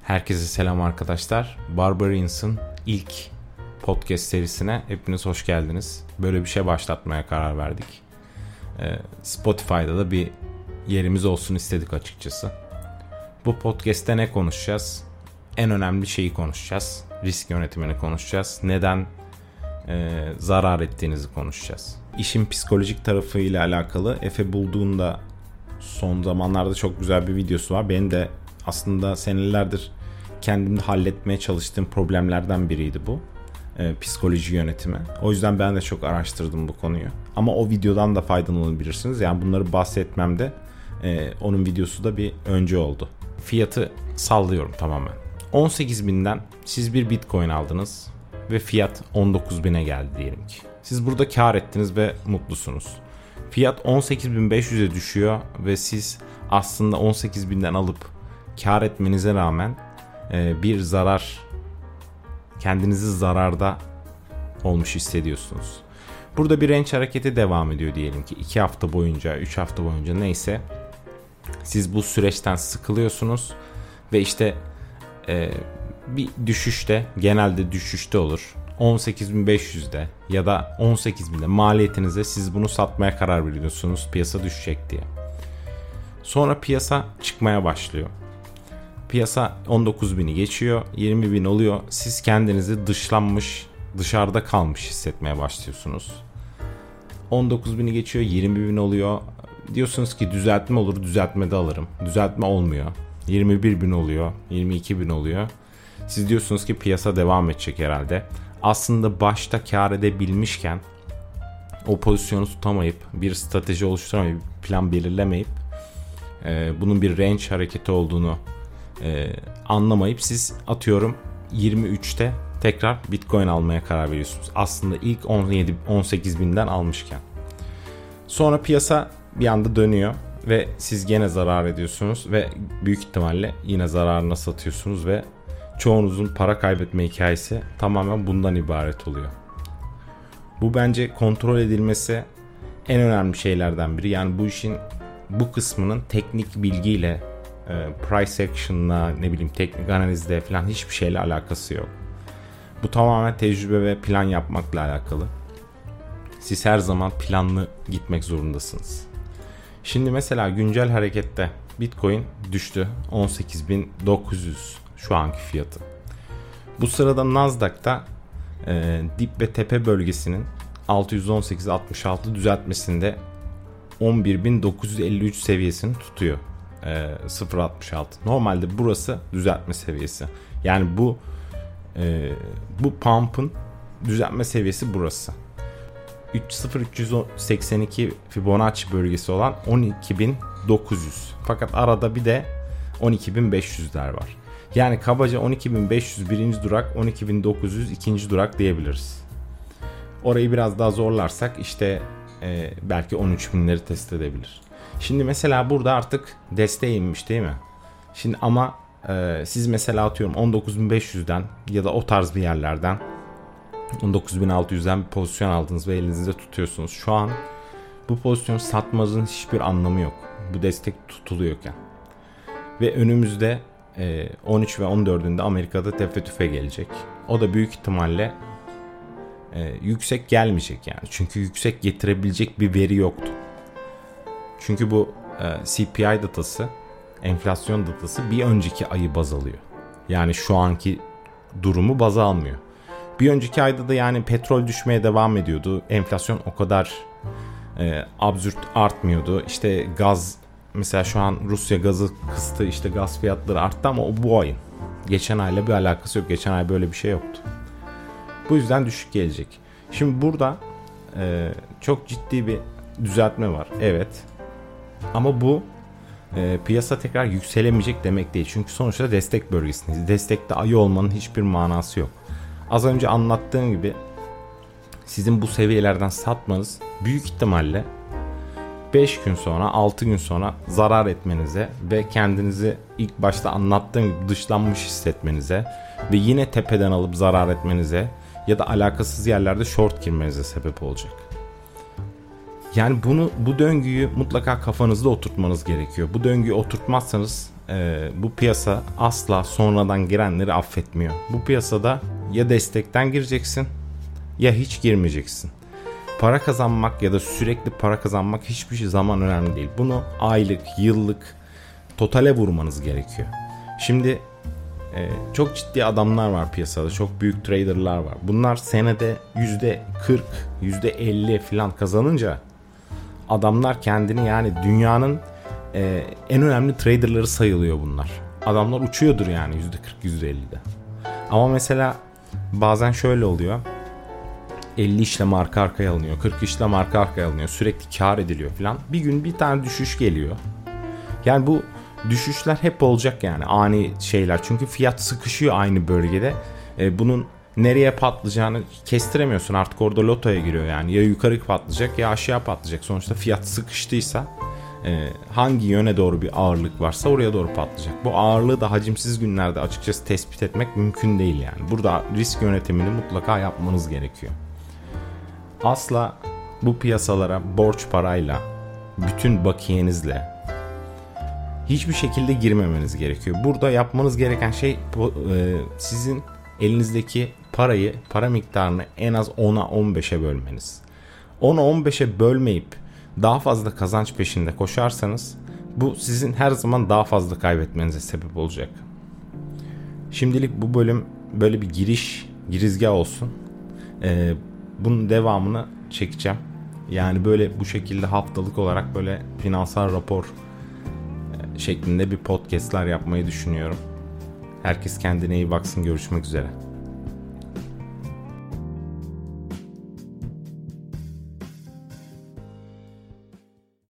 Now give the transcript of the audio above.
Herkese selam arkadaşlar. Barbarians'ın ilk podcast serisine hepiniz hoş geldiniz. Böyle bir şey başlatmaya karar verdik. Spotify'da da bir yerimiz olsun istedik açıkçası. Bu podcast'te ne konuşacağız? En önemli şeyi konuşacağız. Risk yönetimini konuşacağız. Neden zarar ettiğinizi konuşacağız. İşin psikolojik tarafıyla alakalı Efe Bulduğ'un son zamanlarda çok güzel bir videosu var. Benim de aslında senelerdir kendimde halletmeye çalıştığım problemlerden biriydi bu. Psikoloji yönetimi. O yüzden ben de çok araştırdım bu konuyu. Ama o videodan da faydalanabilirsiniz. Yani bunları bahsetmemde onun videosu da bir önce oldu. Fiyatı sallıyorum tamamen. 18.000'den siz bir Bitcoin aldınız ve fiyat 19.000'e geldi diyelim ki. Siz burada kar ettiniz ve mutlusunuz. Fiyat 18.500'e düşüyor ve siz aslında 18.000'den alıp kar etmenize rağmen bir zarar, kendinizi zararda olmuş hissediyorsunuz. Burada bir range hareketi devam ediyor diyelim ki 2 hafta boyunca, 3 hafta boyunca neyse. Siz bu süreçten sıkılıyorsunuz ve işte bir düşüşte, genelde düşüşte olur. 18.500'de ya da 18.000'de maliyetinize siz bunu satmaya karar veriyorsunuz piyasa düşecek diye. Sonra piyasa çıkmaya başlıyor. Piyasa 19.000'i geçiyor, 20.000 oluyor. Siz kendinizi dışlanmış, dışarıda kalmış hissetmeye başlıyorsunuz. 19.000'i geçiyor, 20.000 oluyor. Diyorsunuz ki düzeltme olur, düzeltme de alırım. Düzeltme olmuyor. 21.000 oluyor, 22.000 oluyor. Siz diyorsunuz ki piyasa devam edecek herhalde. Aslında başta kar edebilmişken o pozisyonu tutamayıp, bir strateji oluşturamayıp, plan belirlemeyip bunun bir range hareketi olduğunu anlamayıp siz atıyorum 23'te tekrar Bitcoin almaya karar veriyorsunuz. Aslında ilk 18.000'den almışken. Sonra piyasa bir anda dönüyor ve siz gene zarar ediyorsunuz ve büyük ihtimalle yine zararına satıyorsunuz ve çoğunuzun para kaybetme hikayesi tamamen bundan ibaret oluyor. Bu bence kontrol edilmesi en önemli şeylerden biri. Yani bu işin bu kısmının teknik bilgiyle, price action'la, teknik analizle falan hiçbir şeyle alakası yok. Bu tamamen tecrübe ve plan yapmakla alakalı. Siz her zaman planlı gitmek zorundasınız. Şimdi mesela güncel harekette Bitcoin düştü 18.900 şu anki fiyatı. Bu sırada Nasdaq'ta dip ve tepe bölgesinin 618-66 düzeltmesinde 11.953 seviyesini tutuyor. 0.66. Normalde burası düzeltme seviyesi. Yani bu pump'ın düzeltme seviyesi burası. 0.382 Fibonacci bölgesi olan 12.900. Fakat arada bir de 12.500'ler var. Yani kabaca 12.500 birinci durak, 12.900 ikinci durak diyebiliriz. Orayı biraz daha zorlarsak işte belki 13.000'leri test edebilir. Şimdi mesela burada artık desteğe inmiş değil mi? Şimdi ama siz mesela atıyorum 19.500'den ya da o tarz bir yerlerden 19.600'den bir pozisyon aldınız ve elinizde tutuyorsunuz. Şu an bu pozisyonu satmanızın hiçbir anlamı yok. Bu destek tutuluyorken. Ve önümüzde 13 ve 14'ünde Amerika'da tefe tüfe gelecek. O da büyük ihtimalle yüksek gelmeyecek yani. Çünkü yüksek getirebilecek bir veri yoktu. Çünkü bu CPI datası, enflasyon datası bir önceki ayı baz alıyor. Yani şu anki durumu baz almıyor. Bir önceki ayda da yani petrol düşmeye devam ediyordu. Enflasyon o kadar absürt artmıyordu. İşte gaz, mesela şu an Rusya gazı kıstı, işte gaz fiyatları arttı ama o bu ayın. Geçen ayla bir alakası yok. Geçen ay böyle bir şey yoktu. Bu yüzden düşük gelecek. Şimdi burada çok ciddi bir düzeltme var. Evet. Ama bu piyasa tekrar yükselemeyecek demek değil. Çünkü sonuçta destek bölgesindeyiz. Destekte ayı olmanın hiçbir manası yok. Az önce anlattığım gibi sizin bu seviyelerden satmanız büyük ihtimalle 5 gün sonra, 6 gün sonra zarar etmenize ve kendinizi ilk başta anlattığım gibi dışlanmış hissetmenize ve yine tepeden alıp zarar etmenize ya da alakasız yerlerde short girmenize sebep olacak. Yani bu döngüyü mutlaka kafanızda oturtmanız gerekiyor. Bu döngüyü oturtmazsanız bu piyasa asla sonradan girenleri affetmiyor. Bu piyasada ya destekten gireceksin ya hiç girmeyeceksin. Para kazanmak ya da sürekli para kazanmak hiçbir zaman önemli değil. Bunu aylık, yıllık, totale vurmanız gerekiyor. Şimdi çok ciddi adamlar var piyasada. Çok büyük traderlar var. Bunlar senede %40, %50 falan kazanınca adamlar kendini, yani dünyanın en önemli traderları sayılıyor bunlar. Adamlar uçuyordur yani %40, %50'de. Ama mesela bazen şöyle oluyor. 50 işlem arka arkaya alınıyor. 40 işlem arka arkaya alınıyor. Sürekli kar ediliyor falan. Bir gün bir tane düşüş geliyor. Yani bu düşüşler hep olacak yani, ani şeyler. Çünkü fiyat sıkışıyor aynı bölgede. Bunun nereye patlayacağını kestiremiyorsun. Artık orada lotoya giriyor yani. Ya yukarı patlayacak ya aşağı patlayacak. Sonuçta fiyat sıkıştıysa hangi yöne doğru bir ağırlık varsa oraya doğru patlayacak. Bu ağırlığı da hacimsiz günlerde açıkçası tespit etmek mümkün değil yani. Burada risk yönetimini mutlaka yapmanız gerekiyor. Asla bu piyasalara borç parayla, bütün bakiyenizle hiçbir şekilde girmemeniz gerekiyor. Burada yapmanız gereken şey sizin elinizdeki para miktarını en az 10'a 15'e bölmeniz. 10'a 15'e bölmeyip daha fazla kazanç peşinde koşarsanız bu sizin her zaman daha fazla kaybetmenize sebep olacak. Şimdilik bu bölüm böyle bir girizgah olsun. Bunun devamını çekeceğim. Yani böyle bu şekilde haftalık olarak böyle finansal rapor şeklinde bir podcastlar yapmayı düşünüyorum. Herkes kendine iyi baksın. Görüşmek üzere.